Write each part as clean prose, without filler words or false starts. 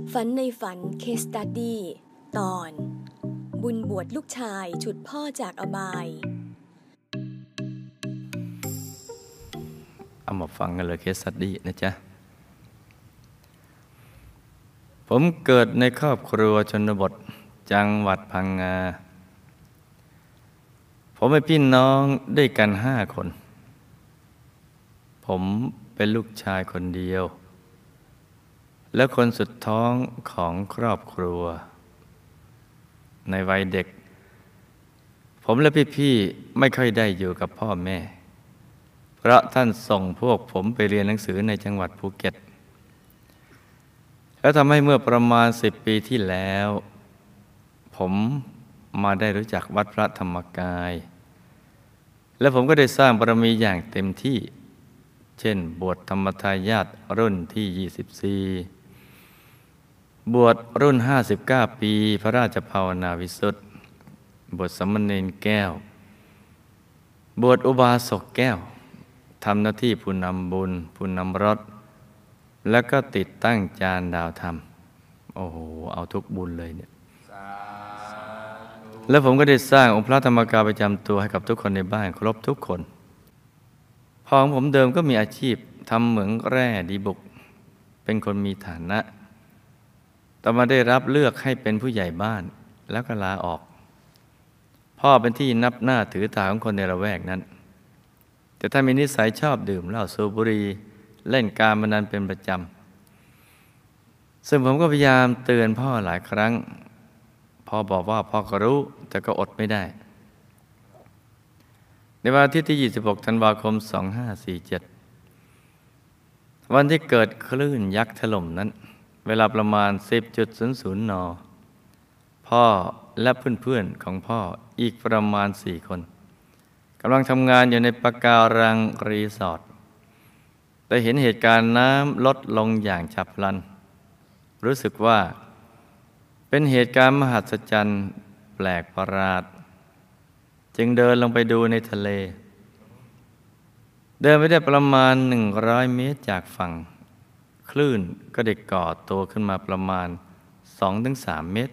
ฝันในฝันเคสสตัดดี้ตอนบุญบวชลูกชายฉุดพ่อจากอบายเอามาฟังกันเลยเคสสตัดดี้นะจ๊ะผมเกิดในครอบครัวชนบทจังหวัดพังงาผมเป็นพี่น้องด้วยกัน5 คนผมเป็นลูกชายคนเดียวและคนสุดท้องของครอบครัวในวัยเด็กผมและพี่ๆไม่ค่อยได้อยู่กับพ่อแม่เพราะท่านส่งพวกผมไปเรียนหนังสือในจังหวัดภูเก็ตแล้วทำให้เมื่อประมาณ10 ปีที่แล้วผมมาได้รู้จักวัดพระธรรมกายและผมก็ได้สร้างบารมีอย่างเต็มที่เช่นบวชธรรมทายาทรุ่นที่24บวชรุ่น59 ปีพระราชภาวนาวิสุทธิ์บวชสามเณรแก้วบวชอุบาสกแก้วทำหน้าที่ผู้นำบุญผู้นำรถแล้วก็ติดตั้งจานดาวธรรมโอ้โหเอาทุกบุญเลยเนี่ยแล้วผมก็ได้สร้างองค์พระธรรมกายประจำตัวให้กับทุกคนในบ้านครบทุกคนพ่อของผมเดิมก็มีอาชีพทำเหมืองแร่ดีบุกเป็นคนมีฐานะต่อมาได้รับเลือกให้เป็นผู้ใหญ่บ้านแล้วก็ลาออกพ่อเป็นที่นับหน้าถือตาของคนในละแวกนั้นแต่ท่านมีนิสัยชอบดื่มเหล้าสูบบุหรี่เล่นการพนันเป็นประจำซึ่งผมก็พยายามเตือนพ่อหลายครั้งพ่อบอกว่าพ่อก็รู้แต่ก็อดไม่ได้ในวันอาทิตย์ที่26 ธันวาคม 2547วันที่เกิดคลื่นยักษ์ถล่มนั้นเวลาประมาณ 10:00 น.พ่อและเพื่อนๆของพ่ออีกประมาณ4 คนกำลังทำงานอยู่ในปะการังรีสอร์ทได้เห็นเหตุการณ์น้ำลดลงอย่างฉับพลันรู้สึกว่าเป็นเหตุการณ์มหัศจรรย์แปลกประหลาดจึงเดินลงไปดูในทะเลเดินไปได้ประมาณ100 เมตรจากฝั่งคลื่นก็ได้ก่อตัวขึ้นมาประมาณ 2-3 เมตร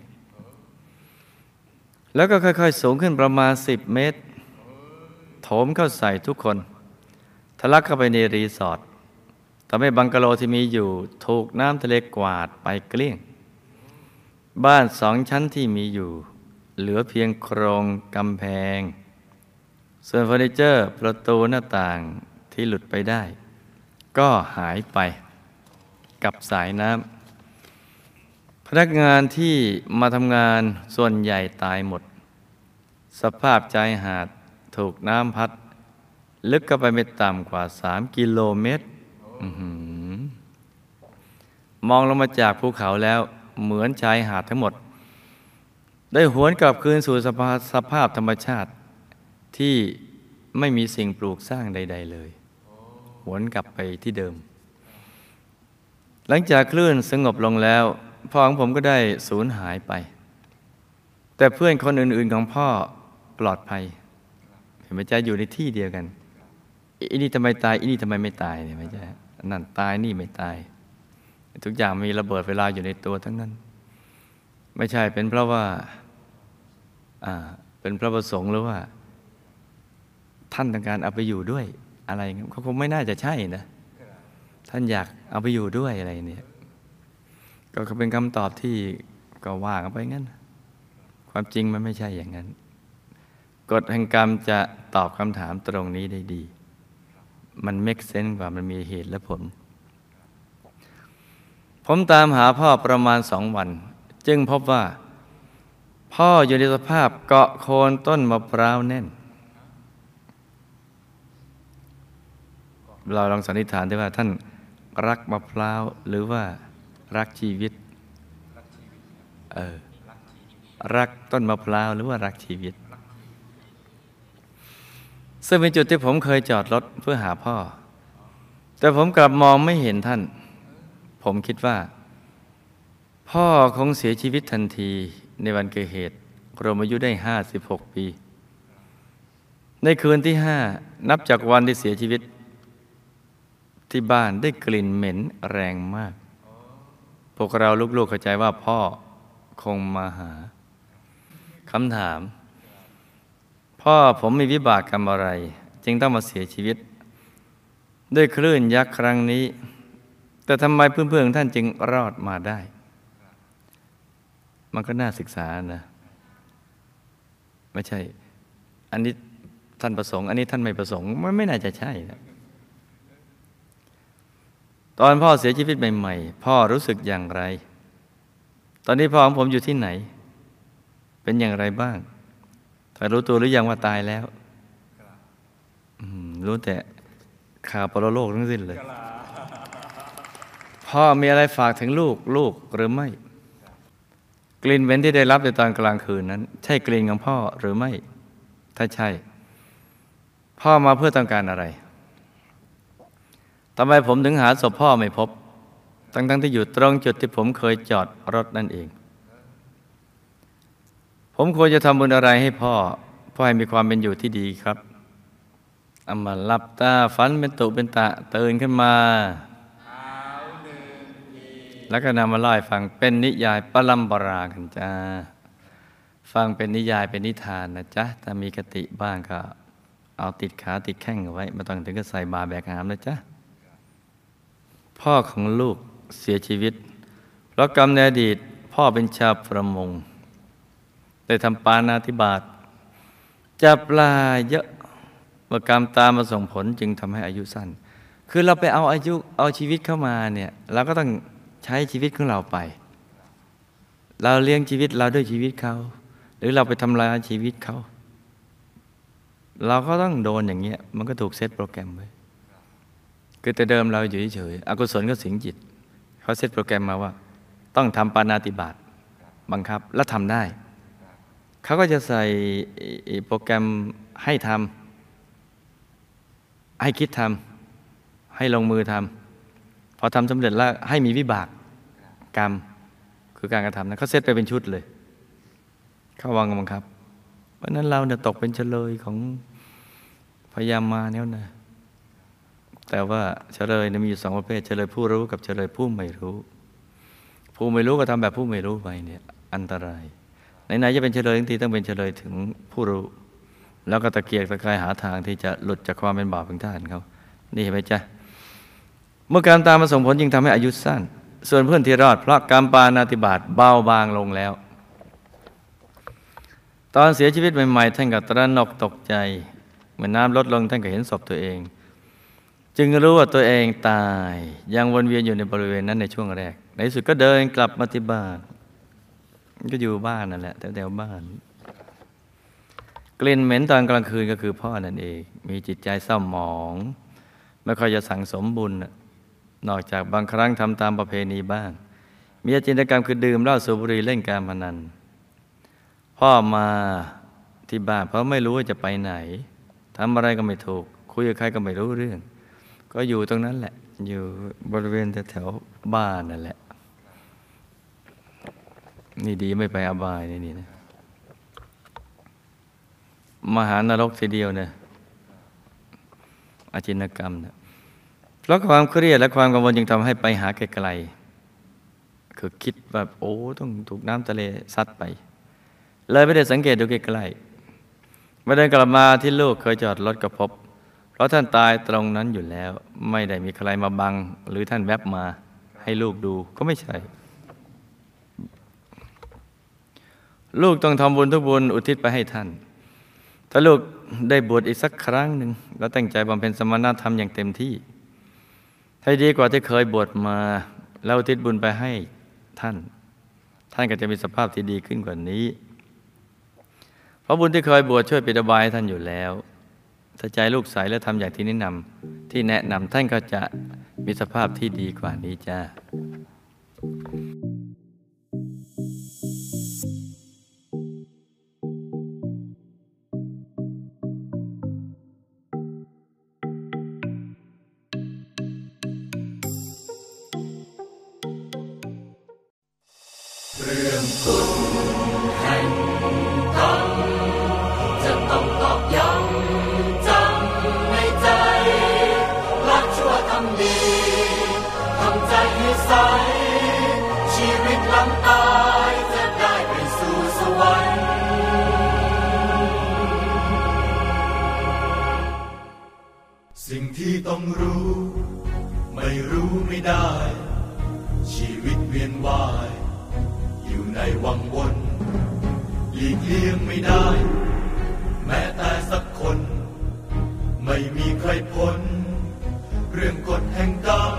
แล้วก็ค่อยๆสูงขึ้นประมาณ10 เมตรโถมเข้าใส่ทุกคนทะลักเข้าไปในรีสอร์ททำให้บังกะโลที่มีอยู่ถูกน้ำทะเลกวาดไปเกลี้ยงบ้าน2 ชั้นที่มีอยู่เหลือเพียงโครงกำแพงส่วนเฟอร์นิเจอร์ประตูหน้าต่างที่หลุดไปได้ก็หายไปกับสายน้ำพนักงานที่มาทำงานส่วนใหญ่ตายหมดสภาพชายหาดถูกน้ำพัดลึกเข้าไปไม่ต่ำกว่า3 กิโลเมตรมองลงมาจากภูเขาแล้วเหมือนชายหาดทั้งหมดได้หวนกลับคืนสู่สภาพธรรมชาติที่ไม่มีสิ่งปลูกสร้างใดๆเลยหวนกลับไปที่เดิมหลังจากคลื่นสงบลงแล้วพ่อของผมก็ได้สูญหายไปแต่เพื่อนคนอื่นๆของพ่อปลอดภัยเห็นไหมจ๊ะอยู่ในที่เดียวกันอีนี่ทำไมตายอีนี่ทำไมไม่ตายเนี่ยไม่ใช่นั่นตายนี่ไม่ตายทุกอย่างมีระเบิดเวลาอยู่ในตัวทั้งนั้นไม่ใช่เป็นเพราะว่าเป็นพระประสงค์หรือว่าท่านต้องการเอาไปอยู่ด้วยอะไรเงี้ยเขาคงไม่น่าจะใช่นะท่านอยากเอาไปอยู่ด้วยอะไรเนี่ยก็เป็นคำตอบที่ก็ว่ากันไปงั้นความจริงมันไม่ใช่อย่างนั้นกฎแห่งกรรมจะตอบคำถามตรงนี้ได้ดีมันเมคเซนส์กว่ามันมีเหตุและผลผมตามหาพ่อประมาณ2 วันจึงพบว่าพ่ออยู่ในสภาพเกาะโคนต้นมะพร้าวแน่นเราลองสันนิษฐานได้ว่าท่านรักมะพร้าวหรือว่ารักชีวิตรักต้นมะพร้าวหรือว่ารักชีวิตซึ่งเป็นจุดที่ผมเคยจอดรถเพื่อหาพ่อแต่ผมกลับมองไม่เห็นท่านผมคิดว่าพ่อคงเสียชีวิตทันทีในวันเกิดเหตุรวมอายุได้56 ปีในคืนที่5นับจากวันที่เสียชีวิตที่บ้านได้กลิ่นเหม็นแรงมากพวกเราลูกๆเข้าใจว่าพ่อคงมาหาคำถามพ่อผมมีวิบากกรรมอะไรจึงต้องมาเสียชีวิตด้วยคลื่นยักษ์ครั้งนี้แต่ทำไมเพื่อนๆของท่านจึงรอดมาได้มันก็น่าศึกษานะไม่ใช่อันนี้ท่านประสงค์อันนี้ท่านไม่ประสงค์มันไม่น่าจะใช่นะตอนพ่อเสียชีวิตใหม่ๆพ่อรู้สึกอย่างไรตอนนี้พ่อของผมอยู่ที่ไหนเป็นอย่างไรบ้างถ้ารู้ตัวหรือยังว่าตายแล้วรู้แต่ข่าวปรโลกทั้งสิ้นเลยพ่อมีอะไรฝากถึงลูกหรือไม่กลิ่นเหม็นที่ได้รับในตอนกลางคืนนั้นใช่กลิ่นของพ่อหรือไม่ถ้าใช่พ่อมาเพื่อต้องการอะไรทำไมผมถึงหาศพพ่อไม่พบทั้งที่อยู่ตรงจุดที่ผมเคยจอดรถนั่นเองผมควรจะทำบุญอะไรให้พ่อให้มีความเป็นอยู่ที่ดีครับเอามาหลับตาฝันเป็นตุเป็นตะตื่นขึ้นมาแล้วก็นำมาเล่าให้ฟังเป็นนิยายปรัมปรากันจ้าฟังเป็นนิยายเป็นนิทานนะจ๊ะถ้ามีคติบ้างก็เอาติดขาติดแข้งเอาไว้ไม่ต้องถึงกับใส่บาแบกหามนะจ๊ะพ่อของลูกเสียชีวิตเพราะกรรมในอดีตพ่อเป็นชาวประมงได้ทำปาณาติบาตจับปลาเยอะเมื่อกรรมตามมาส่งผลจึงทำให้อายุสั้นคือเราไปเอาชีวิตเข้ามาเนี่ยเราก็ต้องใช้ชีวิตของเราไปเราเลี้ยงชีวิตเราด้วยชีวิตเขาหรือเราไปทำลายชีวิตเขาเราก็ต้องโดนอย่างเงี้ยมันก็ถูกเซตโปรแกรมไว้คือแต่เดิมเราอยู่เฉยๆอกุศลก็สิงจิตเขาเซตโปรแกรมมาว่าต้องทำปาณาติบาตบังคับแล้วทำได้เขาก็จะใส่โปรแกรมให้ทำให้คิดทำให้ลงมือทำพอทำสำเร็จแล้วให้มีวิบากกรรมคือการกระทำนั้นเขาเซตไปเป็นชุดเลยเขาวางบังคับเพราะนั้นเราเนี่ยตกเป็นเฉลยของพยามารเนี่ยนะแต่ว่าเฉลยมีอยู่2ประเภทเฉลยผู้รู้กับเฉลยผู้ไม่รู้ผู้ไม่รู้ก็ทำแบบผู้ไม่รู้ไปเนี่ยอันตรายไหนๆจะเป็นเฉลยทั้งทีต้องเป็นเฉลยถึงผู้รู้แล้วก็ตะเกียกตะกายหาทางที่จะหลุดจากความเป็นบาปของท่านเขานี่เห็นไหมจ๊ะเมื่อการตามมาส่งผลจึงทำให้อายุสั้นส่วนเพื่อนที่รอดเพราะกรรมปาณาติบาตเบาบางลงแล้วตอนเสียชีวิตใหม่ๆท่านก็ตระหนกตกใจเมื่อน้ำลดลงท่านก็เห็นศพตัวเองจึงรู้ว่าตัวเองตายยังวนเวียนอยู่ในบริเวณนั้นในช่วงแรกในที่สุดก็เดินกลับมาที่บ้านก็อยู่บ้านนั่นแหละแถวๆบ้านกลิ่นเหม็นตอนกลางคืนก็คือพ่อนั่นเองมีจิตใจเศร้าหมองไม่ค่อยจะสั่งสมบุญนอกจากบางครั้งทำตามประเพณีบ้างมีอาชีพกรรมคือดื่มเหล้าสูบบุหรี่เล่นการพนันพ่อมาที่บ้านเพราะไม่รู้ว่าจะไปไหนทำอะไรก็ไม่ถูกคุยกับใครก็ไม่รู้เรื่องก็อยู่ตรงนั้นแหละอยู่บริเวณแถวๆบ้านนั่นแหละนี่ดีไม่ไปอบายนี่นะมหานรกทีเดียวเนี่ยอาชินกรรมเนี่ยเพราะความเครียดและความกังวลจึงทำให้ไปหาไกลๆคือคิดแบบโอ้ต้องถูกน้ำทะเลซัดไปเลยไม่ได้สังเกตดูใกล้ๆเมื่อเดินกลับมาที่ลูกเคยจอดรถก็พบเพราะท่านตายตรงนั้นอยู่แล้วไม่ได้มีใครมาบังหรือท่านแวบมาให้ลูกดูก็ไม่ใช่ลูกต้องทำบุญทุกบุญอุทิศไปให้ท่านถ้าลูกได้บวชอีกสักครั้งหนึ่งแล้วตั้งใจบำเพ็ญสมณธรรมอย่างเต็มที่ให้ดีกว่าที่เคยบวชมาแล้วอุทิศบุญไปให้ท่านก็จะมีสภาพที่ดีขึ้นกว่านี้เพราะบุญที่เคยบวชช่วยปิดอบายให้ท่านอยู่แล้วถ้าใจลูกใสและทำอย่างที่แนะนำท่านก็จะมีสภาพที่ดีกว่านี้จ้าเรื่องคุณแห่งธรรมจะต้องตอกย้ำจำในใจละชั่วทำดีทำใจให้ใสชหลังตายจะได้ไปสู่สวรรค์สิ่งที่ต้องรู้ไม่รู้ไม่ได้ชีวิตเวียนว่ายอยู่ในวังวนหลีกเลี่ยงไม่ได้แม้แต่สักคนไม่มีใครพ้นเรื่องกฎแห่งกรรม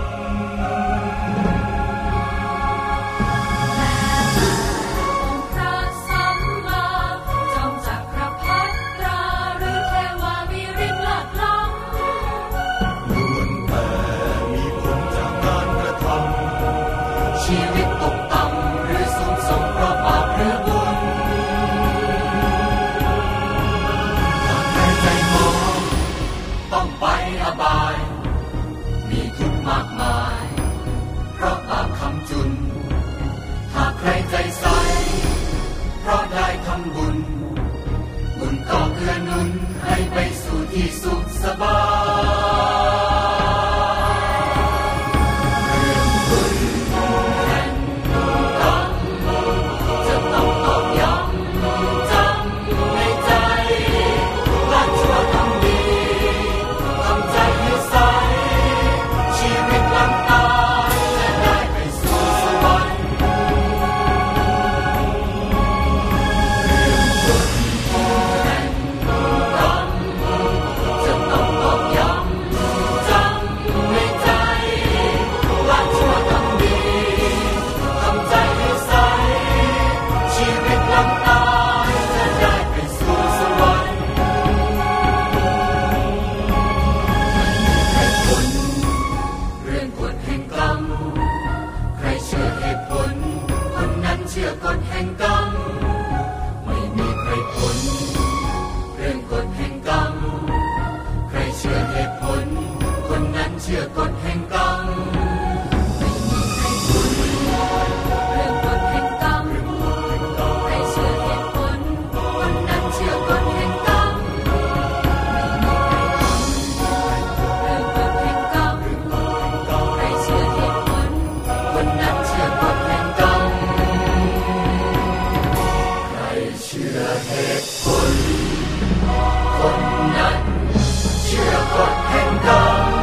ชีวิตตกต่ำหรือสูงส่งเพราะบาปหรือบุญถ้าใครใจมองต้องไปอบายมีทุกข์มากมายเพราะบาปคำจุนถ้าใครใจใสเพราะได้ทำบุญบุญก็เอื้อหนุนให้ไปสู่ที่สุขสบายเชื่อกฎแห่งกรรมไม่มีใครพ้นเรื่องกฎแห่งกรรมใครเชื่อเหตุผลคนนั้นเชื่อกฎแห่งกรรมไม่มีใครพ้นเรื่องกฎแห่งกรรมใครเชื่อเหตุผลคนนั้นเชื่อกฎแห่งกรรมไม่มีใครพ้นเรื่องกฎแห่งกรรมใครเชื่อเหตุผลคนนั้นเชื่อกฎแห่งกรรมเชื่อเหตุผลคนนั้นเชื่อกฎแห่งกรรม